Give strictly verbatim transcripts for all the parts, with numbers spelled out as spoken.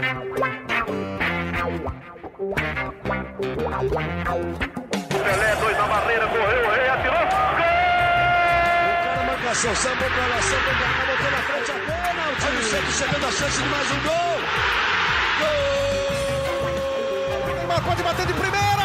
Pelé, dois na barreira, correu, o rei atirou. Gol! O cara marcação, sambou pra lá, sambou pra cá, botou na frente a bola. O time sempre chegando a chance de mais um gol. Gol! Neymar pode bater de primeira.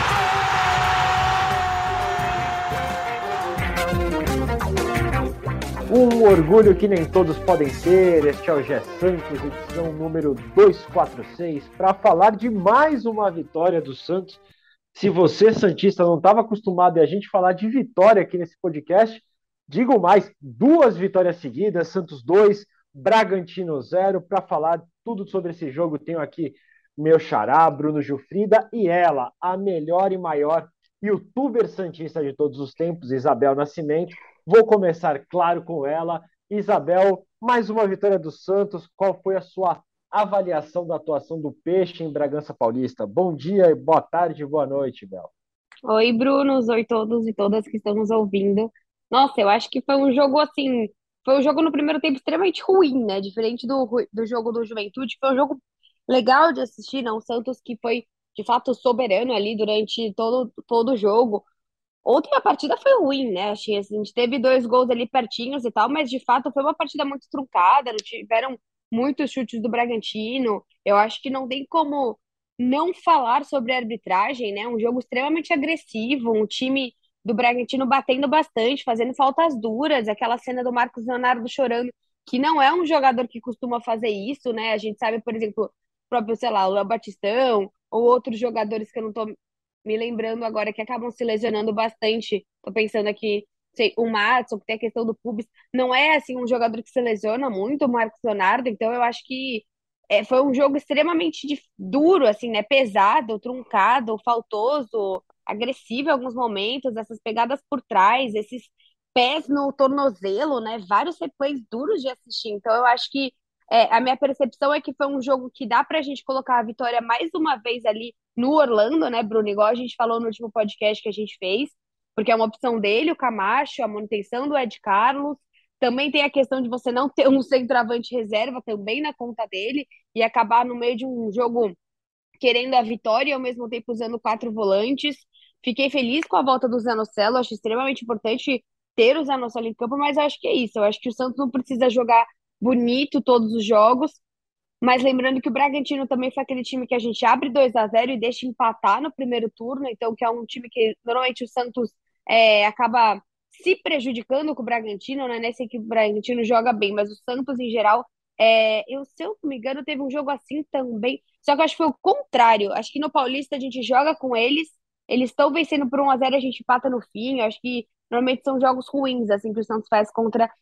Um orgulho que nem todos podem ter. Este é o Gé Santos, edição número duzentos e quarenta e seis, para falar de mais uma vitória do Santos. Se você, santista, não estava acostumado a gente falar de vitória aqui nesse podcast, digo mais, duas vitórias seguidas, Santos dois, Bragantino zero. Para falar tudo sobre esse jogo, tenho aqui meu xará, Bruno Gilfrida, e ela, a melhor e maior youtuber santista de todos os tempos, Isabel Nascimento. Vou começar, claro, com ela. Isabel, mais uma vitória do Santos. Qual foi a sua avaliação da atuação do Peixe em Bragança Paulista? Bom dia, boa tarde, boa noite, Bel. Oi, Brunos, oi todos e todas que estão nos ouvindo. Nossa, eu acho que foi um jogo assim, foi um jogo no primeiro tempo extremamente ruim, né? Diferente do, ru- do jogo do Juventude, foi um jogo legal de assistir, não? O Santos que foi de fato soberano ali durante todo, todo o jogo. Ontem a partida foi ruim, né? Achei assim, a gente teve dois gols ali pertinhos e tal, mas de fato foi uma partida muito truncada, não tiveram muitos chutes do Bragantino. Eu acho que não tem como não falar sobre a arbitragem, né? Um jogo extremamente agressivo, um time do Bragantino batendo bastante, fazendo faltas duras, aquela cena do Marcos Leonardo chorando, que não é um jogador que costuma fazer isso, né? A gente sabe, por exemplo, o próprio, sei lá, o Léo Batistão ou outros jogadores que eu não tô me lembrando agora que acabam se lesionando bastante. Tô pensando aqui, sei, o Maatson, que tem a questão do pubis, não é assim um jogador que se lesiona muito, o Marcos Leonardo, então eu acho que é, foi um jogo extremamente dif- duro, assim, né? Pesado, truncado, faltoso, agressivo em alguns momentos, essas pegadas por trás, esses pés no tornozelo, né? Vários replays duros de assistir. Então eu acho que é, a minha percepção é que foi um jogo que dá pra gente colocar a vitória mais uma vez ali no Orlando, né, Bruno? Igual a gente falou no último podcast que a gente fez, porque é uma opção dele, o Camacho, a manutenção do Ed Carlos. Também tem a questão de você não ter um centroavante reserva também na conta dele e acabar no meio de um jogo querendo a vitória e ao mesmo tempo usando quatro volantes. Fiquei feliz com a volta do Zanocelo, acho extremamente importante ter o Zanocelo em campo, mas eu acho que é isso. Eu acho que o Santos não precisa jogar bonito todos os jogos, mas lembrando que o Bragantino também foi aquele time que a gente abre dois a zero e deixa empatar no primeiro turno, então que é um time que normalmente o Santos é, acaba se prejudicando com o Bragantino, né? Nesse que o Bragantino joga bem, mas o Santos em geral, é, eu, se eu não me engano, teve um jogo assim também, só que eu acho que foi o contrário. Acho que no Paulista a gente joga com eles, eles estão vencendo por um a zero, a gente empata no fim. Eu acho que normalmente são jogos ruins assim que o Santos faz contra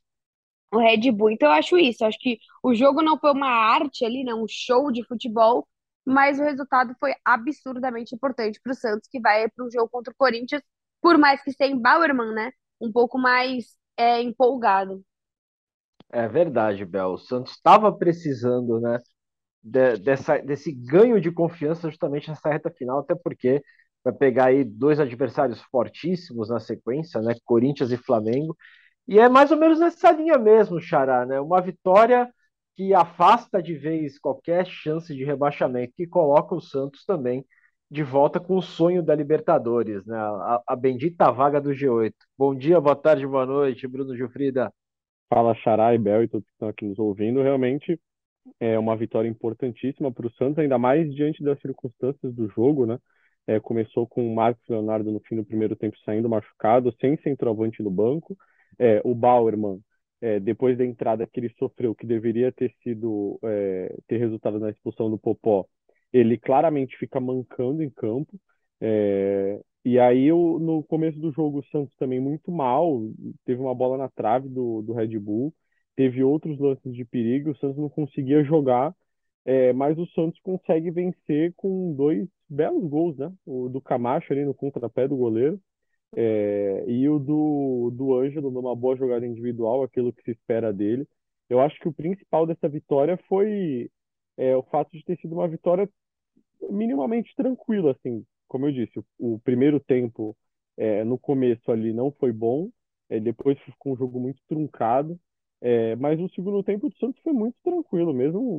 o Red Bull. Então, eu acho isso. Eu acho que o jogo não foi uma arte ali, né? Um show de futebol, mas o resultado foi absurdamente importante para o Santos, que vai para o jogo contra o Corinthians, por mais que sem Bauerman, né? Um pouco mais é, empolgado. É verdade, Bel. O Santos estava precisando, né, de- dessa, desse ganho de confiança justamente nessa reta final, até porque vai pegar aí dois adversários fortíssimos na sequência, né? Corinthians e Flamengo. E é mais ou menos nessa linha mesmo, Xará, né? Uma vitória que afasta de vez qualquer chance de rebaixamento, que coloca o Santos também de volta com o sonho da Libertadores, né? A, a bendita vaga do G oito. Bom dia, boa tarde, boa noite, Bruno Gilfrida. Fala Xará e Bel e todos que estão aqui nos ouvindo. Realmente é uma vitória importantíssima para o Santos, ainda mais diante das circunstâncias do jogo, né? É, começou com o Marcos Leonardo no fim do primeiro tempo saindo machucado, sem centroavante no banco. É, o Bauerman, é, depois da entrada que ele sofreu, que deveria ter sido é, ter resultado na expulsão do Popó, ele claramente fica mancando em campo. É, e aí, o- no começo do jogo, o Santos também muito mal, teve uma bola na trave do, do Red Bull, teve outros lances de perigo, o Santos não conseguia jogar, é, mas o Santos consegue vencer com dois belos gols, né? O do Camacho ali no contrapé do goleiro, é, e o do, do Ângelo numa boa jogada individual, aquilo que se espera dele. Eu acho que o principal dessa vitória foi é, o fato de ter sido uma vitória minimamente tranquila, assim. Como eu disse, o, o primeiro tempo é, no começo ali não foi bom, é, depois ficou um jogo muito truncado, é, mas o segundo tempo do Santos foi muito tranquilo, mesmo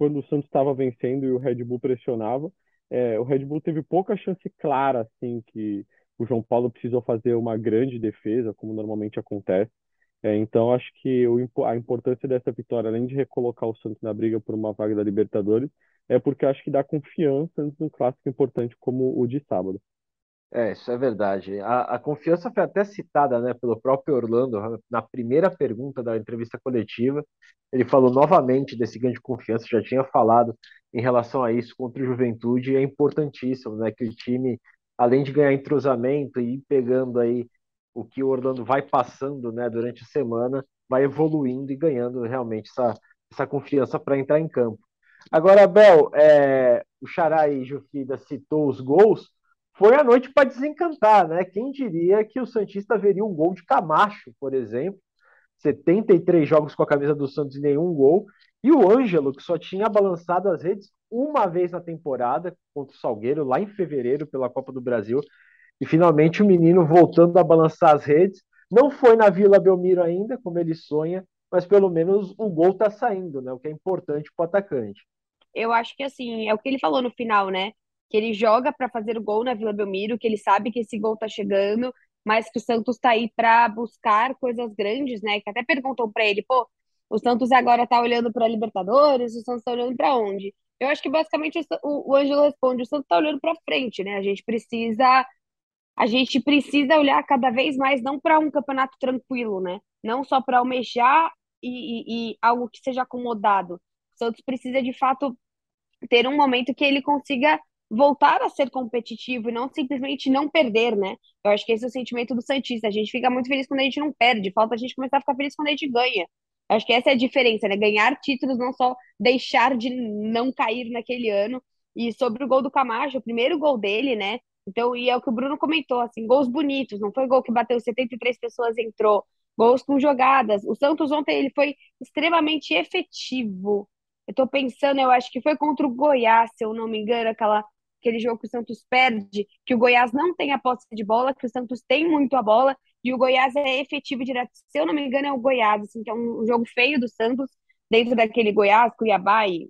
quando o Santos estava vencendo e o Red Bull pressionava, é, o Red Bull teve pouca chance clara, assim, que o João Paulo precisou fazer uma grande defesa, como normalmente acontece. É, então, acho que o, impo- a importância dessa vitória, além de recolocar o Santos na briga por uma vaga da Libertadores, é porque acho que dá confiança antes de um clássico importante como o de sábado. É, isso é verdade. A, a confiança foi até citada, né, pelo próprio Orlando na primeira pergunta da entrevista coletiva. Ele falou novamente desse ganho de confiança, já tinha falado em relação a isso contra o Juventude. E é importantíssimo, né, que o time, além de ganhar entrosamento e ir pegando aí o que o Orlando vai passando, né, durante a semana, vai evoluindo e ganhando realmente essa, essa confiança para entrar em campo. Agora, Abel, é, o Xará e Jufrida citou os gols. Foi a noite para desencantar, né? Quem diria que o Santista veria um gol de Camacho, por exemplo, setenta e três jogos com a camisa do Santos e nenhum gol, e o Ângelo, que só tinha balançado as redes uma vez na temporada contra o Salgueiro, lá em fevereiro, pela Copa do Brasil, e finalmente o menino voltando a balançar as redes. Não foi na Vila Belmiro ainda, como ele sonha, mas pelo menos o gol está saindo, né? O que é importante para o atacante. Eu acho que assim, é o que ele falou no final, né? Que ele joga para fazer o gol na Vila Belmiro, que ele sabe que esse gol tá chegando, mas que o Santos tá aí para buscar coisas grandes, né? Que até perguntou para ele, pô, o Santos agora tá olhando para Libertadores, o Santos tá olhando para onde? Eu acho que basicamente o, Sa- o, o Ângelo responde, o Santos tá olhando para frente, né? A gente precisa, a gente precisa olhar cada vez mais não para um campeonato tranquilo, né? Não só para almejar e, e, e algo que seja acomodado. O Santos precisa de fato ter um momento que ele consiga voltar a ser competitivo e não simplesmente não perder, né? Eu acho que esse é o sentimento do Santista. A gente fica muito feliz quando a gente não perde, falta a gente começar a ficar feliz quando a gente ganha. Eu acho que essa é a diferença, né? Ganhar títulos, não só deixar de não cair naquele ano. E sobre o gol do Camacho, o primeiro gol dele, né? Então, e é o que o Bruno comentou, assim, gols bonitos, não foi gol que bateu setenta e três pessoas e entrou, gols com jogadas. O Santos ontem ele foi extremamente efetivo. Eu tô pensando, eu acho que foi contra o Goiás, se eu não me engano, aquela, aquele jogo que o Santos perde, que o Goiás não tem a posse de bola, que o Santos tem muito a bola, e o Goiás é efetivo direto. Se eu não me engano, é o Goiás, assim, que é um, um jogo feio do Santos, dentro daquele Goiás, Cuiabá e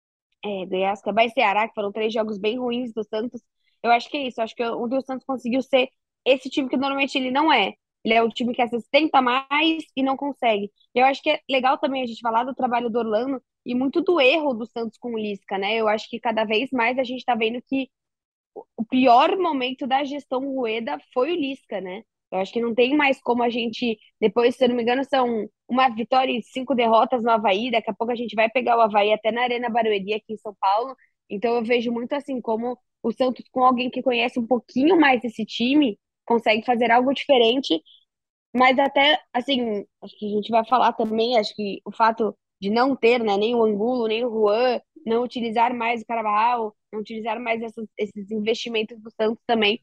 é, Goiás, Cuiabá e Ceará, que foram três jogos bem ruins do Santos. Eu acho que é isso. Eu acho que o, o Santos conseguiu ser esse time que normalmente ele não é. Ele é o time que às vezes tenta mais e não consegue. E eu acho que é legal também a gente falar do trabalho do Orlando e muito do erro do Santos com o Lisca, né? Eu acho que cada vez mais a gente está vendo que o pior momento da gestão Rueda foi o Lisca, né? Eu acho que não tem mais como a gente, depois, se eu não me engano, são uma vitória e cinco derrotas no Havaí, daqui a pouco a gente vai pegar o Havaí até na Arena Barueri aqui em São Paulo. Então eu vejo muito assim como o Santos, com alguém que conhece um pouquinho mais esse time, consegue fazer algo diferente, mas até assim, acho que a gente vai falar também, acho que o fato de não ter, né, nem o Angulo, nem o Juan, não utilizar mais o Carvajal, não utilizar mais essas- esses investimentos do Santos também,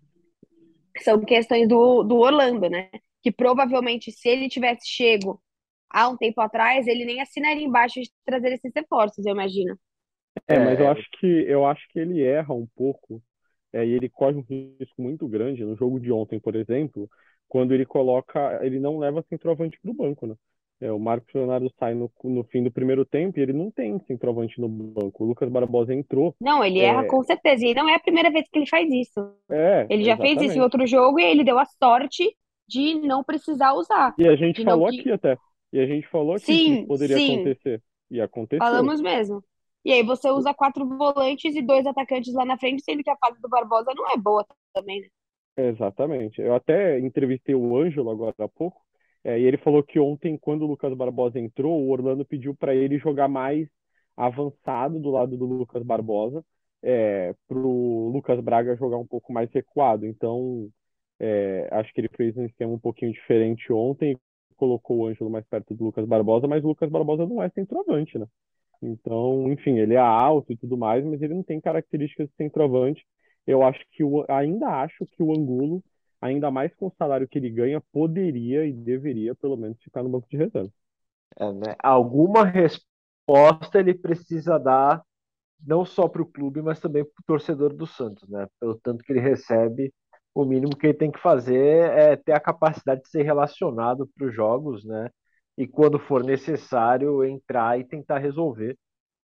são questões do, do Orlando, né? Que provavelmente, se ele tivesse chego há um tempo atrás, ele nem assinaria embaixo de trazer esses reforços, eu imagino. É, mas eu É, acho que eu acho que ele erra um pouco, é, e ele corre um risco muito grande no jogo de ontem, por exemplo, quando ele coloca, ele não leva centroavante para o banco, né? É, o Marcos Leonardo sai no, no fim do primeiro tempo e ele não tem centroavante no banco. O Lucas Barbosa entrou. Não, ele erra É, com certeza. E não é a primeira vez que ele faz isso. é, Ele já fez isso em exatamente. outro jogo e ele deu a sorte de não precisar usar. E a gente De não falou que. aqui até. E a gente falou aqui que isso Sim, poderia sim, acontecer. E aconteceu. falamos mesmo. E aí você usa quatro volantes e dois atacantes lá na frente, sendo que a fase do Barbosa não é boa também, né? Exatamente. Eu até entrevistei o Ângelo agora há pouco, é, e ele falou que ontem, quando o Lucas Barbosa entrou, o Orlando pediu para ele jogar mais avançado do lado do Lucas Barbosa, é, para o Lucas Braga jogar um pouco mais recuado. Então, é, acho que ele fez um esquema um pouquinho diferente ontem, colocou o Ângelo mais perto do Lucas Barbosa, mas o Lucas Barbosa não é centroavante, né? Então, enfim, ele é alto e tudo mais, mas ele não tem características de centroavante. Eu acho que o, ainda acho que o Angulo, ainda mais com o salário que ele ganha, poderia e deveria, pelo menos, ficar no banco de reserva. é, né? Alguma resposta ele precisa dar não só para o clube, mas também para o torcedor do Santos, né? Pelo tanto que ele recebe, o mínimo que ele tem que fazer é ter a capacidade de ser relacionado para os jogos, né? E quando for necessário, entrar e tentar resolver.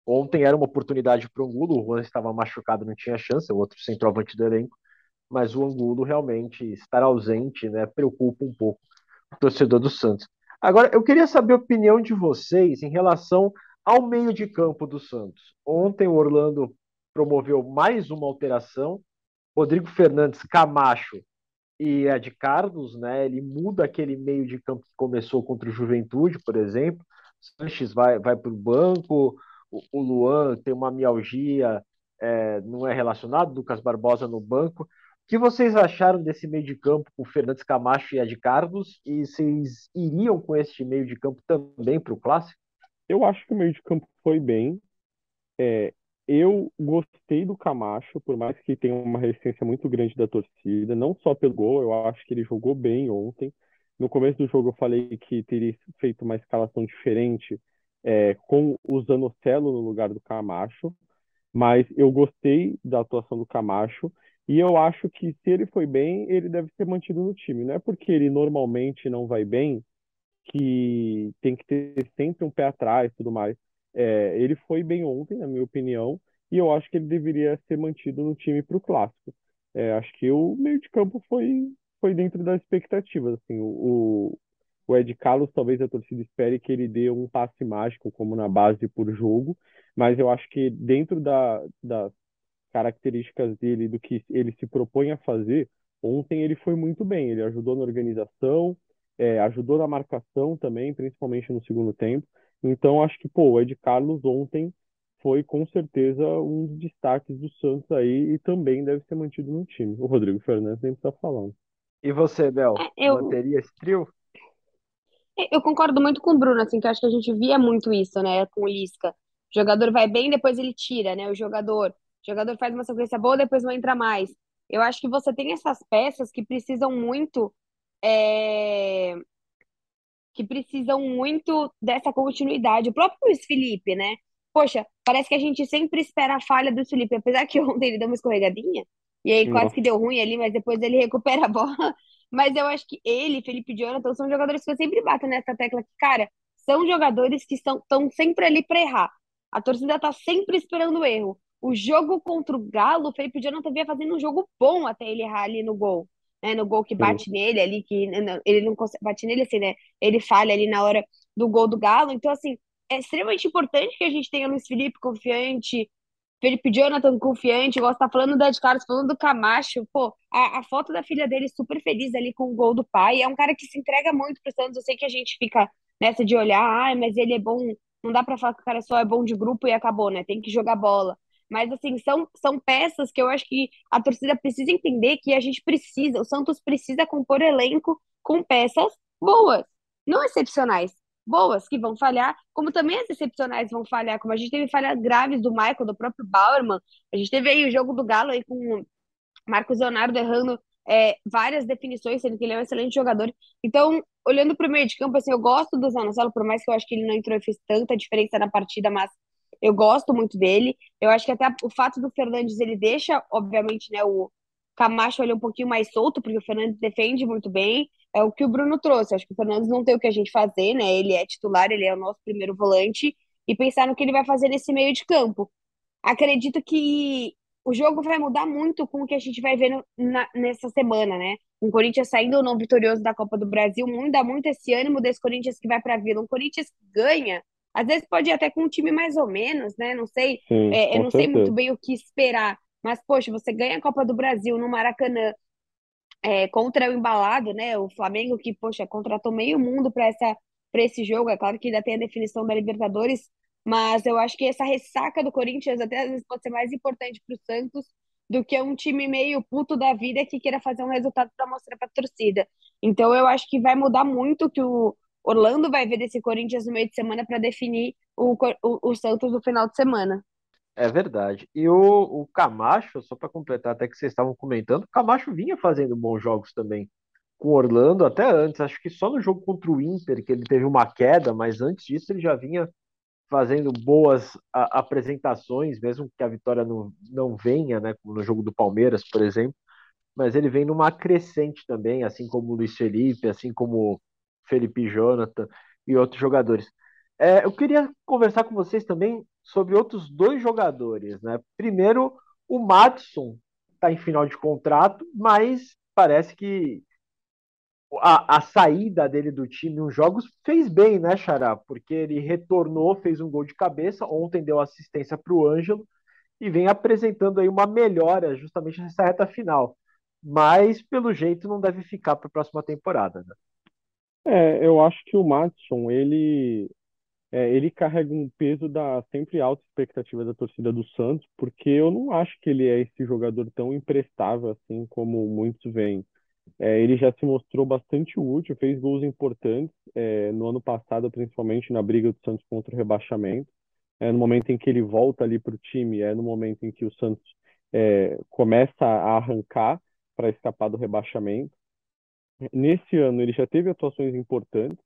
Ontem era uma oportunidade para o Angulo, o Juan estava machucado, não tinha chance, é o outro centroavante do elenco, mas o Angulo realmente estar ausente, né, preocupa um pouco o torcedor do Santos. Agora, eu queria saber a opinião de vocês em relação ao meio de campo do Santos. Ontem o Orlando promoveu mais uma alteração, Rodrigo Fernandes, Camacho e Ed Carlos, né? Ele muda aquele meio de campo que começou contra o Juventude, por exemplo. Sanches vai, vai para o banco, o, o Luan tem uma mialgia, é, não é relacionado, Lucas Barbosa no banco. O que vocês acharam desse meio de campo com Fernandes Camacho e Ed Carlos? E vocês iriam com este meio de campo também para o Clássico? Eu acho que o meio de campo foi bem. É, eu gostei do Camacho, por mais que tenha uma resistência muito grande da torcida, não só pelo gol, eu acho que ele jogou bem ontem. No começo do jogo eu falei que teria feito uma escalação diferente, é, com o Zanocelo no lugar do Camacho, mas eu gostei da atuação do Camacho e eu acho que se ele foi bem, ele deve ser mantido no time. Não é porque ele normalmente não vai bem que tem que ter sempre um pé atrás e tudo mais. É, ele foi bem ontem, na minha opinião, e eu acho que ele deveria ser mantido no time para o clássico. É, acho que o meio de campo foi, foi dentro das expectativas. Assim, o, o Ed Carlos, talvez a torcida espere que ele dê um passe mágico, como na base por jogo, mas eu acho que dentro da, das características dele, do que ele se propõe a fazer, ontem ele foi muito bem. Ele ajudou na organização, é, ajudou na marcação também, principalmente no segundo tempo. Então, acho que, pô, o Ed Carlos ontem foi com certeza um dos destaques do Santos aí e também deve ser mantido no time. O Rodrigo Fernandes nem está falando. E você, Bel, É, eu, manteria esse trio? eu concordo muito com o Bruno, assim, que eu acho que a gente via muito isso, né, com o Lisca. O jogador vai bem, depois ele tira, né, o jogador. O jogador faz uma sequência boa, depois não entra mais. Eu acho que você tem essas peças que precisam muito, é, que precisam muito dessa continuidade. O próprio Luiz Felipe, né? Poxa, parece que a gente sempre espera a falha do Felipe, apesar que ontem ele deu uma escorregadinha, e aí quase que Nossa, deu ruim ali, mas depois ele recupera a bola. Mas eu acho que ele, Felipe e Jonathan, são jogadores que eu sempre bato nessa tecla que, cara, são jogadores que estão sempre ali para errar. A torcida tá sempre esperando o erro. O jogo contra o Galo, o Felipe Jonathan vinha fazendo um jogo bom até ele errar ali no gol. Né, no gol que sim. bate nele ali, que não- ele não consegue, bate nele assim, né? Ele falha ali na hora do gol do Galo. Então, assim, é extremamente importante que a gente tenha Luiz Felipe confiante, Felipe Jonathan confiante, igual você tá falando do Ed Carlos, falando do Camacho. Pô, a, a foto da filha dele super feliz ali com o gol do pai. É um cara que se entrega muito pro Santos. Eu sei que a gente fica nessa de olhar, ai, mas ele é bom. Não dá pra falar que o cara só é bom de grupo e acabou, né? Tem que jogar bola. Mas, assim, são, são peças que eu acho que a torcida precisa entender que a gente precisa, o Santos precisa compor elenco com peças boas, não excepcionais, boas, que vão falhar, como também as excepcionais vão falhar, como a gente teve falhas graves do Michael, do próprio Bauerman, a gente teve aí o jogo do Galo aí com o Marcos Leonardo errando é, várias definições, sendo que ele é um excelente jogador. Então, olhando para o meio de campo, assim, eu gosto do Zanocelo, por mais que eu acho que ele não entrou e fez tanta diferença na partida, mas eu gosto muito dele. Eu acho que até o fato do Fernandes, ele deixa, obviamente, né, o Camacho ali um pouquinho mais solto, porque o Fernandes defende muito bem. É o que o Bruno trouxe. Acho que o Fernandes não tem o que a gente fazer, né? Ele é titular, ele é o nosso primeiro volante. E pensar no que ele vai fazer nesse meio de campo. Acredito que o jogo vai mudar muito com o que a gente vai ver no- na- nessa semana, né? Um Corinthians saindo ou não vitorioso da Copa do Brasil, muda muito esse ânimo desse Corinthians que vai para a Vila. Um Corinthians que ganha, às vezes pode ir até com um time mais ou menos, né? Não sei, Sim, é, eu com não sei muito certeza. bem o que esperar. Mas, poxa, você ganha a Copa do Brasil no Maracanã, é, contra o embalado, né? O Flamengo que, poxa, contratou meio mundo para essa para esse jogo. É claro que ainda tem a definição da Libertadores, mas eu acho que essa ressaca do Corinthians até às vezes pode ser mais importante para o Santos do que um time meio puto da vida que queira fazer um resultado para mostrar para a torcida. Então eu acho que vai mudar muito que o Orlando vai ver desse Corinthians no meio de semana para definir o, Cor- o, o Santos no final de semana. É verdade. E o, o Camacho, só para completar, até que vocês estavam comentando, o Camacho vinha fazendo bons jogos também com o Orlando até antes. Acho que só no jogo contra o Inter que ele teve uma queda, mas antes disso ele já vinha fazendo boas a, apresentações, mesmo que a vitória não, não venha, né? Como no jogo do Palmeiras, por exemplo. Mas ele vem numa crescente também, assim como o Luiz Felipe, assim como o Felipe Jonathan e outros jogadores. É, eu queria conversar com vocês também sobre outros dois jogadores, né? Primeiro, o Maddison está em final de contrato, mas parece que a, a saída dele do time nos jogos fez bem, né, Xará? Porque ele retornou, fez um gol de cabeça, ontem deu assistência para o Ângelo e vem apresentando aí uma melhora justamente nessa reta final. Mas, pelo jeito, não deve ficar para a próxima temporada, né? É, eu acho que o Maddison, ele, é, ele carrega um peso da sempre alta expectativa da torcida do Santos, porque eu não acho que ele é esse jogador tão imprestável assim como muitos veem. É, ele já se mostrou bastante útil, fez gols importantes, é, no ano passado, principalmente na briga do Santos contra o rebaixamento. É, no momento em que ele volta ali para o time, é no momento em que o Santos é, começa a arrancar para escapar do rebaixamento. Nesse ano, ele já teve atuações importantes,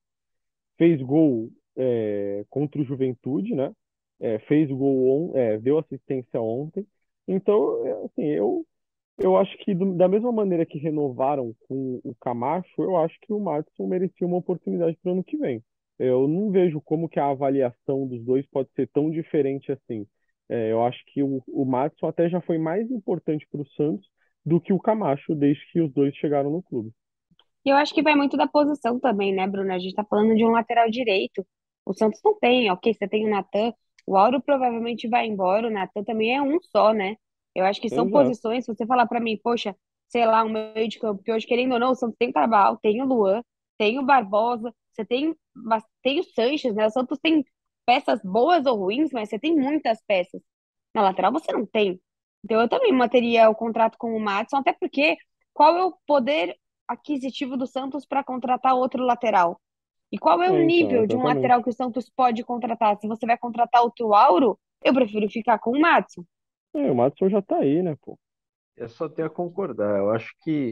fez gol é, contra o Juventude, né? É, fez gol, on, é, deu assistência ontem. Então, é, assim, eu eu acho que do- da mesma maneira que renovaram com o Camacho, eu acho que o Maddison merecia uma oportunidade para o ano que vem. Eu não vejo como que a avaliação dos dois pode ser tão diferente assim. É, eu acho que o, o Maddison até já foi mais importante para o Santos do que o Camacho desde que os dois chegaram no clube. E eu acho que vai muito da posição também, né, Bruna? A gente tá falando de um lateral direito. O Santos não tem, ok? Você tem o Natan, o Auro provavelmente vai embora, o Natan também é um só, né? Eu acho que são Exato. posições, se você falar pra mim, poxa, sei lá, um meio de campo, que hoje, querendo ou não, o Santos tem o Carvalho, tem o Luan, tem o Barbosa, você tem, bas- tem o Sanches, né? O Santos tem peças boas ou ruins, mas você tem muitas peças. Na lateral você não tem. Então eu também manteria o contrato com o Maddison, até porque qual é o poder aquisitivo do Santos para contratar outro lateral? E qual é o É, então, nível de um lateral exatamente. que o Santos pode contratar? Se você vai contratar outro Auro, eu prefiro ficar com o Maddison. É, o Maddison já tá aí, né, pô? Eu só tenho a concordar. Eu acho que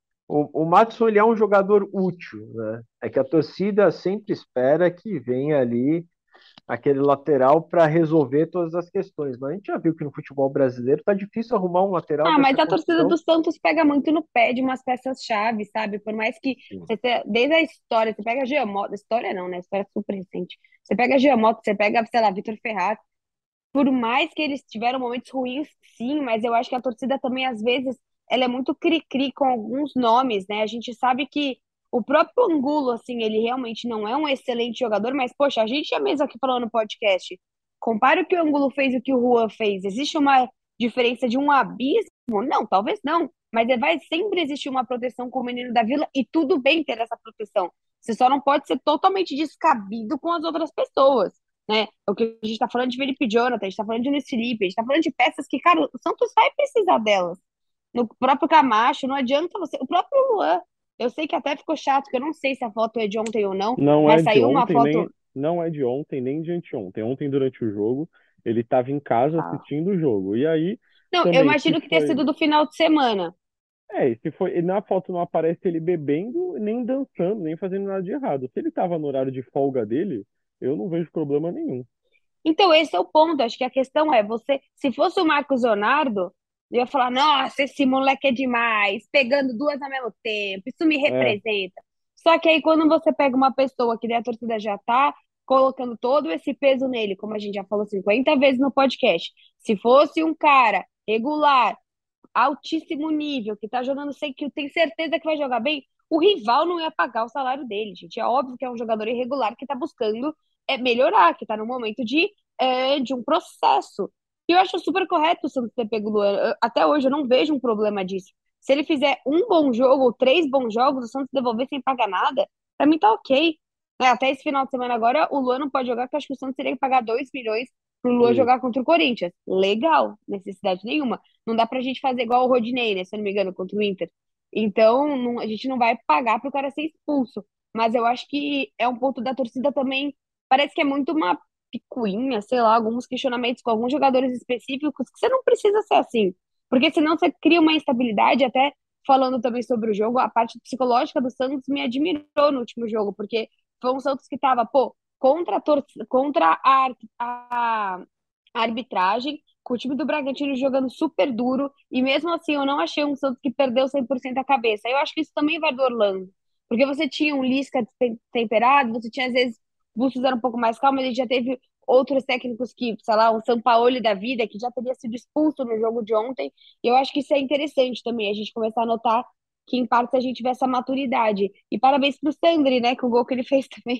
o, o Maddison ele é um jogador útil, né? É que a torcida sempre espera que venha ali aquele lateral para resolver todas as questões. Mas a gente já viu que no futebol brasileiro tá difícil arrumar um lateral Ah, mas dessa a torcida do condição. Santos pega muito no pé de umas peças-chave, sabe? Por mais que Sim. você tenha, desde a história, você pega a Giamotto, história não, né? História é super recente. Você pega a Giamotto, você pega, sei lá, Vitor Ferraz. Por mais que eles tiveram momentos ruins, sim, mas eu acho que a torcida também, às vezes, ela é muito cri-cri com alguns nomes, né? A gente sabe que o próprio Angulo, assim, ele realmente não é um excelente jogador, mas, poxa, a gente já mesmo aqui falando no podcast, compara o que o Angulo fez e o que o Juan fez. Existe uma diferença de um abismo? Não, talvez não. Mas é- vai sempre existir uma proteção com o menino da Vila e tudo bem ter essa proteção. Você só não pode ser totalmente descabido com as outras pessoas, né? O que a gente tá falando de Felipe Jonathan, a gente tá falando de Luiz Felipe, a gente tá falando de peças que, cara, o Santos vai precisar delas. No próprio Camacho, não adianta você. O próprio Luan, eu sei que até ficou chato, que eu não sei se a foto é de ontem ou não, Não é mas de saiu uma ontem, foto. nem não é de ontem, nem de anteontem. Ontem, durante o jogo, ele estava em casa Ah, assistindo o jogo. E aí, não, eu também, se imagino que tenha foi. sido do final de semana. É, e se foi. E na foto não aparece ele bebendo, nem dançando, nem fazendo nada de errado. Se ele estava no horário de folga dele, eu não vejo problema nenhum. Então, esse é o ponto. Acho que a questão é, você, se fosse o Marcos Leonardo, eu ia falar, nossa, esse moleque é demais, pegando duas ao mesmo tempo, isso me É, representa. Só que aí, quando você pega uma pessoa que daí a torcida já tá colocando todo esse peso nele, como a gente já falou cinquenta vezes no podcast, se fosse um cara regular, altíssimo nível, que tá jogando sem que eu tenho certeza que vai jogar bem, o rival não ia pagar o salário dele, gente. É óbvio que é um jogador irregular que tá buscando é, melhorar, que tá no momento de, é, de um processo. E eu acho super correto o Santos ter pego o Luan. Eu- Até hoje eu não vejo um problema disso. Se ele fizer um bom jogo ou três bons jogos, o Santos devolver sem pagar nada, pra mim tá ok. Né, até esse final de semana agora, o Luan não pode jogar, porque eu acho que o Santos teria que pagar dois milhões pro Luan isso. jogar contra o Corinthians. Legal, necessidade nenhuma. Não dá pra gente fazer igual o Rodinei, né? Se eu não me engano, contra o Inter. Então, não- a gente não vai pagar pro cara ser expulso. Mas eu acho que é um ponto da torcida também. Parece que é muito uma picuinha, sei lá, alguns questionamentos com alguns jogadores específicos que você não precisa ser assim. Porque senão você cria uma instabilidade, até falando também sobre o jogo, a parte psicológica do Santos me admirou no último jogo, porque foi um Santos que tava, pô, contra a, tor contra a, a, a arbitragem, com o time do Bragantino jogando super duro, e mesmo assim eu não achei um Santos que perdeu cem por cento a cabeça. Eu acho que isso também vai do Orlando, porque você tinha um Lisca destemperado, você tinha às vezes Bustos era um pouco mais calmo, ele já teve outros técnicos que, sei lá, um Sampaoli da vida, que já teria sido expulso no jogo de ontem. E eu acho que isso é interessante também, a gente começar a notar que em parte a gente vê essa maturidade. E parabéns pro Sandri, né, com o gol que ele fez também.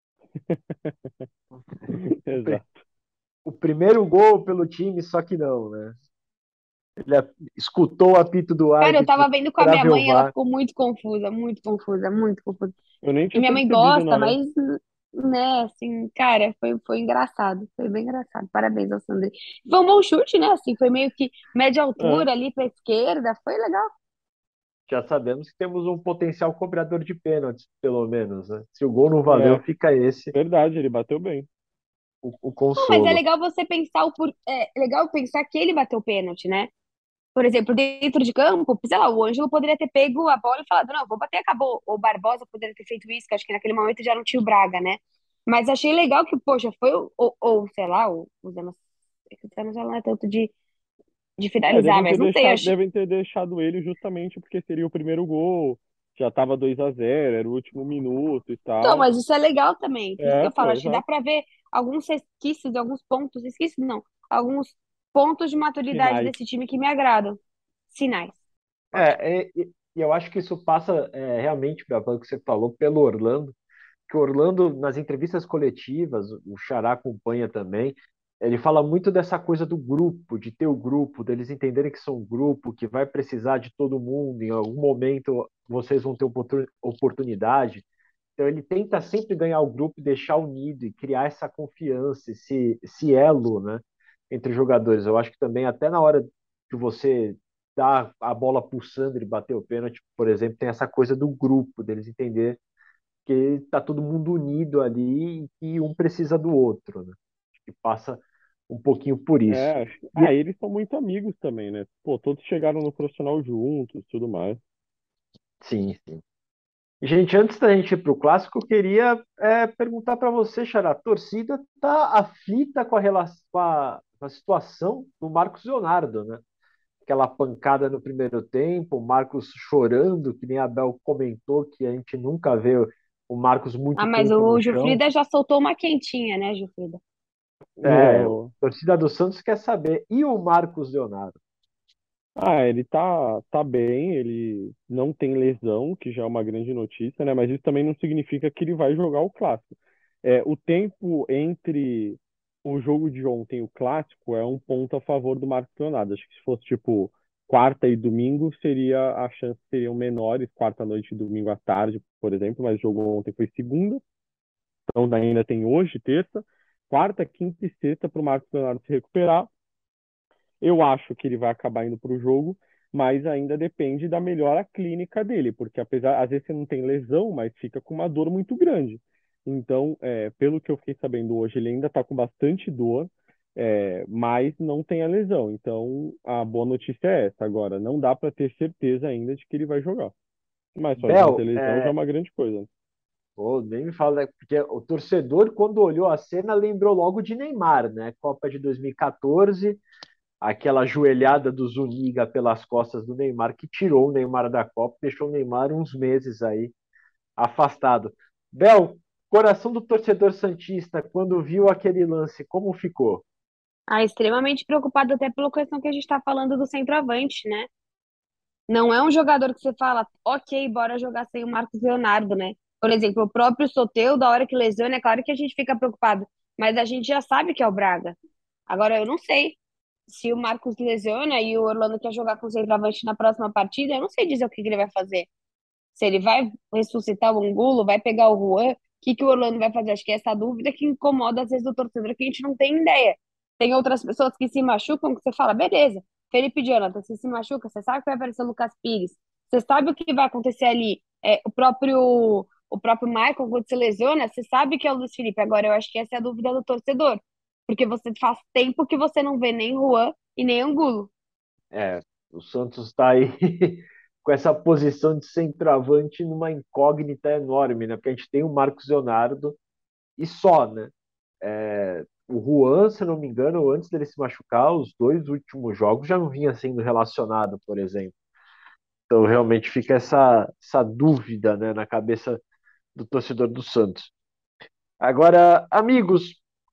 O, pri- Exato. o primeiro gol pelo time, só que não, né? Ele a- escutou o apito do Cara, eu árbitro tava vendo com a para minha ver o mãe e ela V A R. ficou muito confusa, muito confusa, muito confusa. Eu nem E tinha minha mãe percebido na gosta, hora. mas, né, assim, cara, foi, foi engraçado. Foi bem engraçado. Parabéns ao Sandri. Foi um bom chute, né? Assim, foi meio que média É, altura ali pra esquerda. Foi legal. Já sabemos que temos um potencial cobrador de pênaltis, pelo menos, né? Se o gol não valeu, é, fica esse verdade, ele bateu bem. o, o Não, mas é consolo. legal você pensar o por... é legal pensar que ele bateu o pênalti, né? Por exemplo, dentro de campo, sei lá, o Ângelo poderia ter pego a bola e falado, não, vou bater, acabou. Ou o Barbosa poderia ter feito isso, que acho que naquele momento já não tinha o Braga, né? Mas achei legal que, poxa, foi, o- ou, ou sei lá, o, o Zé, o Zé já não é tanto de, de É, finalizar, devem mas ter não sei, deixado, achei. devem ter deixado ele justamente porque seria o primeiro gol, já tava dois a zero, era o último minuto e Então, tal. mas isso é legal também. Por isso que É, eu falo, pô, acho que dá exato. pra ver alguns resquícios, alguns pontos, resquícios não, alguns pontos de maturidade Finais. desse time que me agradam. Sinais. Ótimo. É, é, e e eu acho que isso passa é, realmente, Gabriel, o que você falou, pelo Orlando, que o Orlando, nas entrevistas coletivas, o Xará acompanha também, ele fala muito dessa coisa do grupo, de ter o grupo, deles entenderem que são um grupo, que vai precisar de todo mundo, em algum momento vocês vão ter oportun- oportunidade. Então ele tenta sempre ganhar o grupo, deixar unido e criar essa confiança, esse, esse elo, né, entre os jogadores. Eu acho que também até na hora que você dá a bola pulsando e bater o pênalti, por exemplo, tem essa coisa do grupo, deles entender que está todo mundo unido ali e um precisa do outro, né? Acho que passa um pouquinho por isso. É, acho que- E, ah, eles são muito amigos também, né? Pô, todos chegaram no profissional juntos, tudo mais. sim, sim. Gente, antes da gente ir para o clássico, eu queria é, perguntar para você, Xará, a torcida está aflita com a, relação, com a, com a situação do Marcos Leonardo, né? Aquela pancada no primeiro tempo, o Marcos chorando, que nem a Bel comentou, que a gente nunca vê o Marcos muito Ah, mas tempo no o chão. Gilfrida já soltou uma quentinha, né, Gilfrida? É, a No... torcida do Santos quer saber. E o Marcos Leonardo? Ah, ele tá, tá bem, ele não tem lesão, que já é uma grande notícia, né? Mas isso também não significa que ele vai jogar o clássico. É, o tempo entre o jogo de ontem e o clássico é um ponto a favor do Marcos Leonardo. Acho que se fosse tipo quarta e domingo, seria as chances seriam menores, quarta à noite e domingo à tarde, por exemplo, mas o jogo ontem foi segunda, então ainda tem hoje, terça, quarta, quinta e sexta para o Marcos Leonardo se recuperar. Eu acho que ele vai acabar indo para o jogo, mas ainda depende da melhora clínica dele, porque apesar, às vezes você não tem lesão, mas fica com uma dor muito grande. Então, é, pelo que eu fiquei sabendo hoje, ele ainda está com bastante dor, é, mas não tem a lesão. Então, a boa notícia é essa. Agora, não dá para ter certeza ainda de que ele vai jogar. Mas só de não ter Bel, lesão já é é, uma grande coisa. pô, nem me fala, né? Porque o torcedor, quando olhou a cena, lembrou logo de Neymar, né? Copa de dois mil e quatorze, aquela joelhada do Zuniga pelas costas do Neymar, que tirou o Neymar da Copa, deixou o Neymar uns meses aí afastado. Bel, coração do torcedor santista, quando viu aquele lance, como ficou? Ah, extremamente preocupado até pela questão que a gente tá falando do centroavante, né? Não é um jogador que você fala, ok, bora jogar sem o Marcos Leonardo, né? Por exemplo, o próprio Soteldo, da hora que lesiona, é claro que a gente fica preocupado, mas a gente já sabe que é o Braga. Agora, eu não sei se o Marcos lesiona e o Orlando quer jogar com o centroavante na próxima partida, eu não sei dizer o que que ele vai fazer. Se ele vai ressuscitar o Angulo, vai pegar o Juan, o que que o Orlando vai fazer? Acho que é essa dúvida que incomoda às vezes o torcedor, que a gente não tem ideia. Tem outras pessoas que se machucam, que você fala, beleza, Felipe Jonathan, você se machuca, você sabe que vai aparecer o Lucas Pires, você sabe o que vai acontecer ali. É, o próprio o próprio Michael, quando se lesiona, você sabe que é o Luiz Felipe. Agora, eu acho que essa é a dúvida do torcedor, porque você faz tempo que você não vê nem Juan e nem Angulo. É, o Santos está aí com essa posição de centroavante numa incógnita enorme, né? Porque a gente tem o Marcos Leonardo e só, né? É, o Juan, se não me engano, antes dele se machucar, os dois últimos jogos já não vinha sendo relacionado, por exemplo. Então realmente fica essa, essa dúvida, né, na cabeça do torcedor do Santos. Agora, amigos,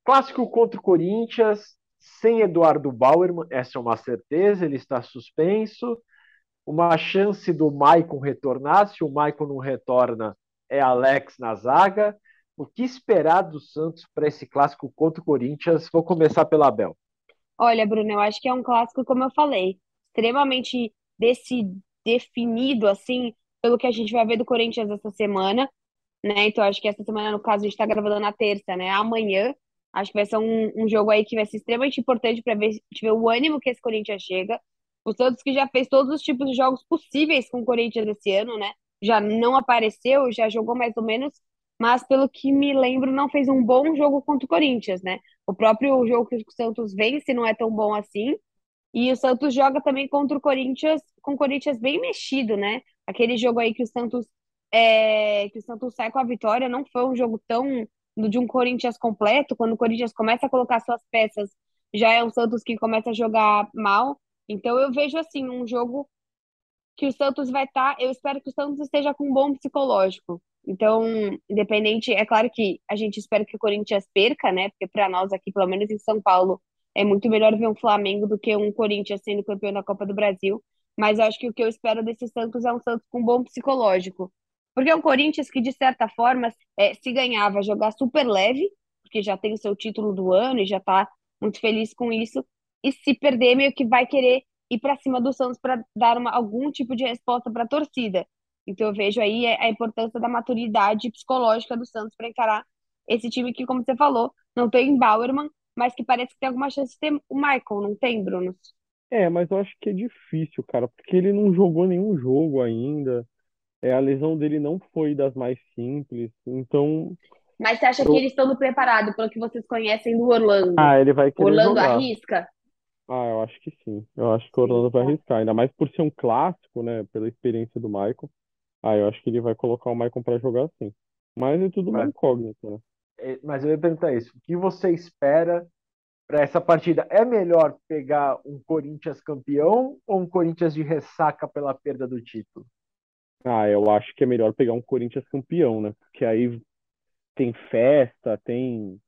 Clássico contra o Corinthians, sem Eduardo Bauerman, essa é uma certeza, ele está suspenso. Uma chance do Maicon retornar, se o Maicon não retorna, é Alex na zaga. O que esperar do Santos para esse clássico contra o Corinthians? Vou começar pela Abel. Olha, Bruno, eu acho que é um clássico, como eu falei, extremamente desse, definido, assim, pelo que a gente vai ver do Corinthians essa semana, né? Então, acho que essa semana, no caso, a gente está gravando na terça, né? Amanhã, acho que vai ser um, um jogo aí que vai ser extremamente importante para ver, ver o ânimo que esse Corinthians chega. O Santos que já fez todos os tipos de jogos possíveis com o Corinthians esse ano, né? Já não apareceu, já jogou mais ou menos, mas pelo que me lembro, não fez um bom jogo contra o Corinthians, né? O próprio jogo que o Santos vence não é tão bom assim. E o Santos joga também contra o Corinthians, com o Corinthians bem mexido, né? Aquele jogo aí que o Santos é, que o Santos sai com a vitória, não foi um jogo tão de um Corinthians completo. Quando o Corinthians começa a colocar suas peças, já é um Santos que começa a jogar mal. Então eu vejo assim um jogo que o Santos vai estar. Eu espero que o Santos esteja com um bom psicológico. Então, independente, é claro que a gente espera que o Corinthians perca, né? Porque para nós aqui, pelo menos em São Paulo, é muito melhor ver um Flamengo do que um Corinthians sendo campeão da Copa do Brasil. Mas eu acho que o que eu espero desse Santos é um Santos com um bom psicológico. Porque é um Corinthians que, de certa forma, é, se ganhar, vai jogar super leve, porque já tem o seu título do ano e já tá muito feliz com isso. E se perder, meio que vai querer ir para cima do Santos para dar uma, algum tipo de resposta para a torcida. Então eu vejo aí a importância da maturidade psicológica do Santos para encarar esse time que, como você falou, não tem Bauerman, mas que parece que tem alguma chance de ter o Michael, não tem, Bruno? É, mas eu acho que é difícil, cara, porque ele não jogou nenhum jogo ainda. É, a lesão dele não foi das mais simples. Então, Mas você acha que eu... eles estão preparados pelo que vocês conhecem do Orlando? ah, ele vai O querer Orlando jogar. arrisca? Ah, eu acho que sim. Eu acho que o Sim, Orlando vai tá. arriscar, ainda mais por ser um clássico, né? Pela experiência do Maicon. Ah, eu acho que ele vai colocar o Maicon pra jogar sim. Mas é tudo uma Mas, incógnita, né? é, mas eu ia perguntar isso. O que você espera para essa partida? É melhor pegar um Corinthians campeão ou um Corinthians de ressaca pela perda do título? Ah, eu acho que é melhor pegar um Corinthians campeão, né? Porque aí tem festa, tem,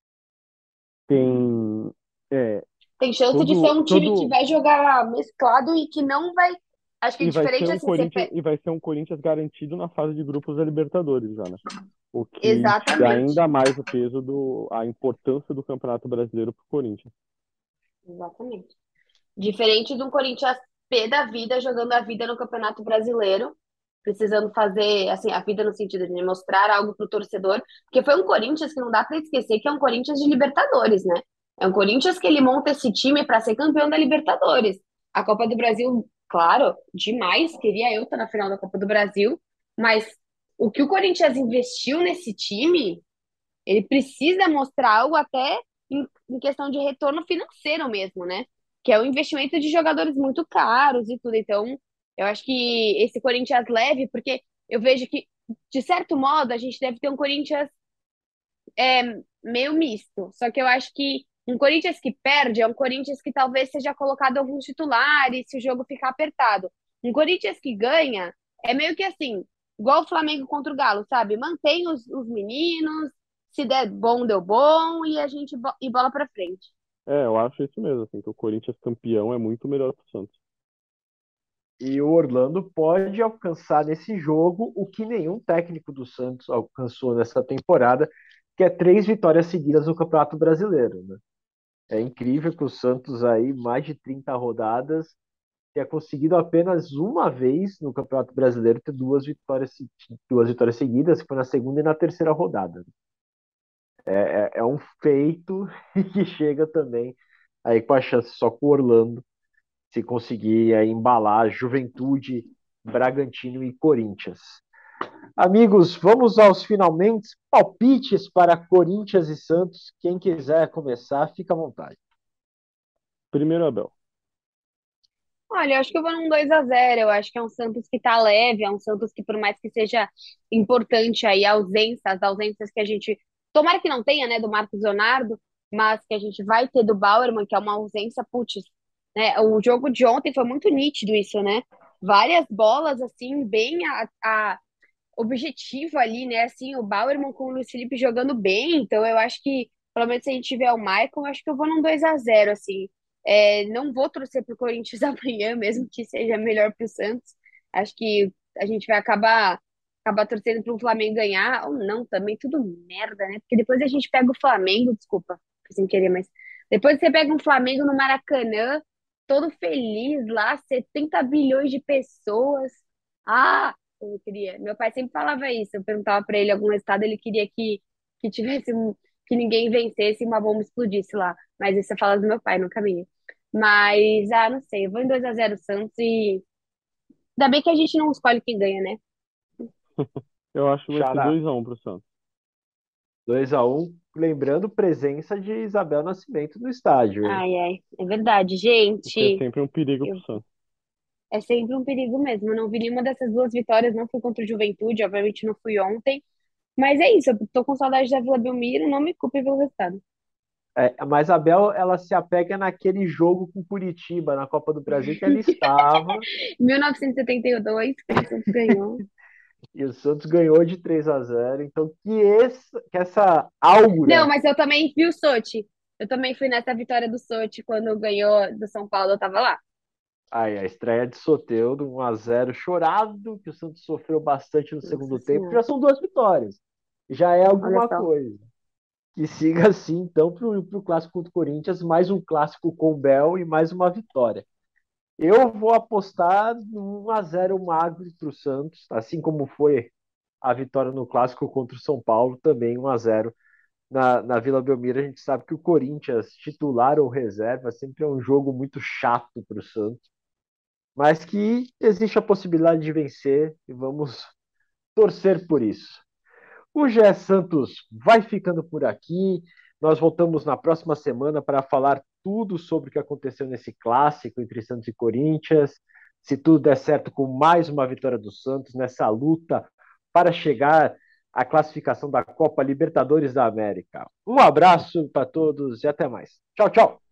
tem, é, Tem chance de ser todo, um time que todo, vai jogar mesclado e que não vai. Acho que é e vai ser diferente um assim, você. Corinthians, pe- e vai ser um Corinthians garantido na fase de grupos da Libertadores já, né? O que tira Exatamente. ainda mais o peso do, a importância do Campeonato Brasileiro pro Corinthians. Exatamente. Diferente de um Corinthians pé da vida, jogando a vida no Campeonato Brasileiro, precisando fazer, assim, a vida no sentido de mostrar algo pro torcedor, porque foi um Corinthians que não dá para esquecer que é um Corinthians de Libertadores, né? É um Corinthians que ele monta esse time para ser campeão da Libertadores. A Copa do Brasil, claro, demais, queria eu estar na final da Copa do Brasil, mas o que o Corinthians investiu nesse time, ele precisa mostrar algo até em, em questão de retorno financeiro mesmo, né? Que é o investimento de jogadores muito caros e tudo. Então, eu acho que esse Corinthians leve, porque eu vejo que, de certo modo, a gente deve ter um Corinthians é, meio misto. Só que eu acho que um Corinthians que perde é um Corinthians que talvez seja colocado alguns titulares se o jogo ficar apertado. Um Corinthians que ganha é meio que assim, igual o Flamengo contra o Galo, sabe? Mantém os, os meninos, se der bom, deu bom, e a gente bo- e bola pra frente. É, eu acho isso mesmo, assim, que o Corinthians campeão é muito melhor pro Santos. E o Orlando pode alcançar nesse jogo o que nenhum técnico do Santos alcançou nessa temporada, que é três vitórias seguidas no Campeonato Brasileiro, né? É incrível que o Santos aí, mais de trinta rodadas, tenha conseguido apenas uma vez no Campeonato Brasileiro ter duas vitórias, duas vitórias seguidas, que foi na segunda e na terceira rodada. É, é um feito que chega também aí com a chance só com o Orlando se conseguir aí, embalar Juventude, Bragantino e Corinthians. Amigos, vamos aos finalmente palpites para Corinthians e Santos. Quem quiser começar, fica à vontade. Primeiro, Abel. Olha, eu acho que eu vou num dois a zero. Eu acho que é um Santos que tá leve, é um Santos que, por mais que seja importante aí a ausência, as ausências que a gente. Tomara que não tenha, né, do Marcos Leonardo, mas que a gente vai ter do Bauerman, que é uma ausência, putz, né? O jogo de ontem foi muito nítido isso, né? Várias bolas, assim, bem a, a objetivo ali, né? Assim, o Bauerman com o Luiz Felipe jogando bem, então eu acho que pelo menos se a gente tiver o Maicon, acho que eu vou num dois a zero assim. É, não vou torcer pro Corinthians amanhã, mesmo que seja melhor pro Santos. Acho que a gente vai acabar, acabar torcendo pro Flamengo ganhar, ou não, também tudo merda, né? Porque depois a gente pega o Flamengo, desculpa, foi sem querer, mas depois você pega um Flamengo no Maracanã, todo feliz lá, setenta bilhões de pessoas. Ah, eu queria. Meu pai sempre falava isso. Eu perguntava pra ele algum estado, ele queria que, que tivesse um, que ninguém vencesse e uma bomba explodisse lá. Mas isso é fala do meu pai, no caminho. Mas, ah, não sei. Eu vou em dois a zero Santos e ainda bem que a gente não escolhe quem ganha, né? Eu acho que vai ser Xará, dois a um pro Santos. dois a um. Lembrando presença de Isabel Nascimento no estádio, hein? Ai, ai, é verdade, O que é gente. sempre um perigo pro Eu, Santos. é sempre um perigo mesmo. Eu não vi nenhuma dessas duas vitórias, não fui contra o Juventude, obviamente não fui ontem. Mas é isso, eu tô com saudade da Vila Belmiro, não me culpe pelo resultado. É, mas a Bel, ela se apega naquele jogo com Curitiba na Copa do Brasil que ela estava mil novecentos e setenta e dois, quando o Santos ganhou. e o Santos ganhou de três a zero. Então, que, esse, que essa Não, aura. mas eu também vi o Sochi. Eu também fui nessa vitória do Sochi quando ganhou do São Paulo, eu tava lá. Aí, a estreia de Soteldo, um a zero chorado, que o Santos sofreu bastante no Nossa segundo tempo. Senhora, Já são duas vitórias. Já é olha alguma só. coisa. Que siga assim, então, para o clássico contra o Corinthians, mais um clássico com o Bel e mais uma vitória. Eu vou apostar no um a zero magro para o Santos, assim como foi a vitória no clássico contra o São Paulo, também um a zero na, na Vila Belmiro. A gente sabe que o Corinthians, titular ou reserva, sempre é um jogo muito chato para o Santos, mas que existe a possibilidade de vencer e vamos torcer por isso. O Gé Santos vai ficando por aqui. Nós voltamos na próxima semana para falar tudo sobre o que aconteceu nesse clássico entre Santos e Corinthians. Se tudo der certo com mais uma vitória do Santos nessa luta para chegar à classificação da Copa Libertadores da América. Um abraço para todos e até mais. Tchau, tchau.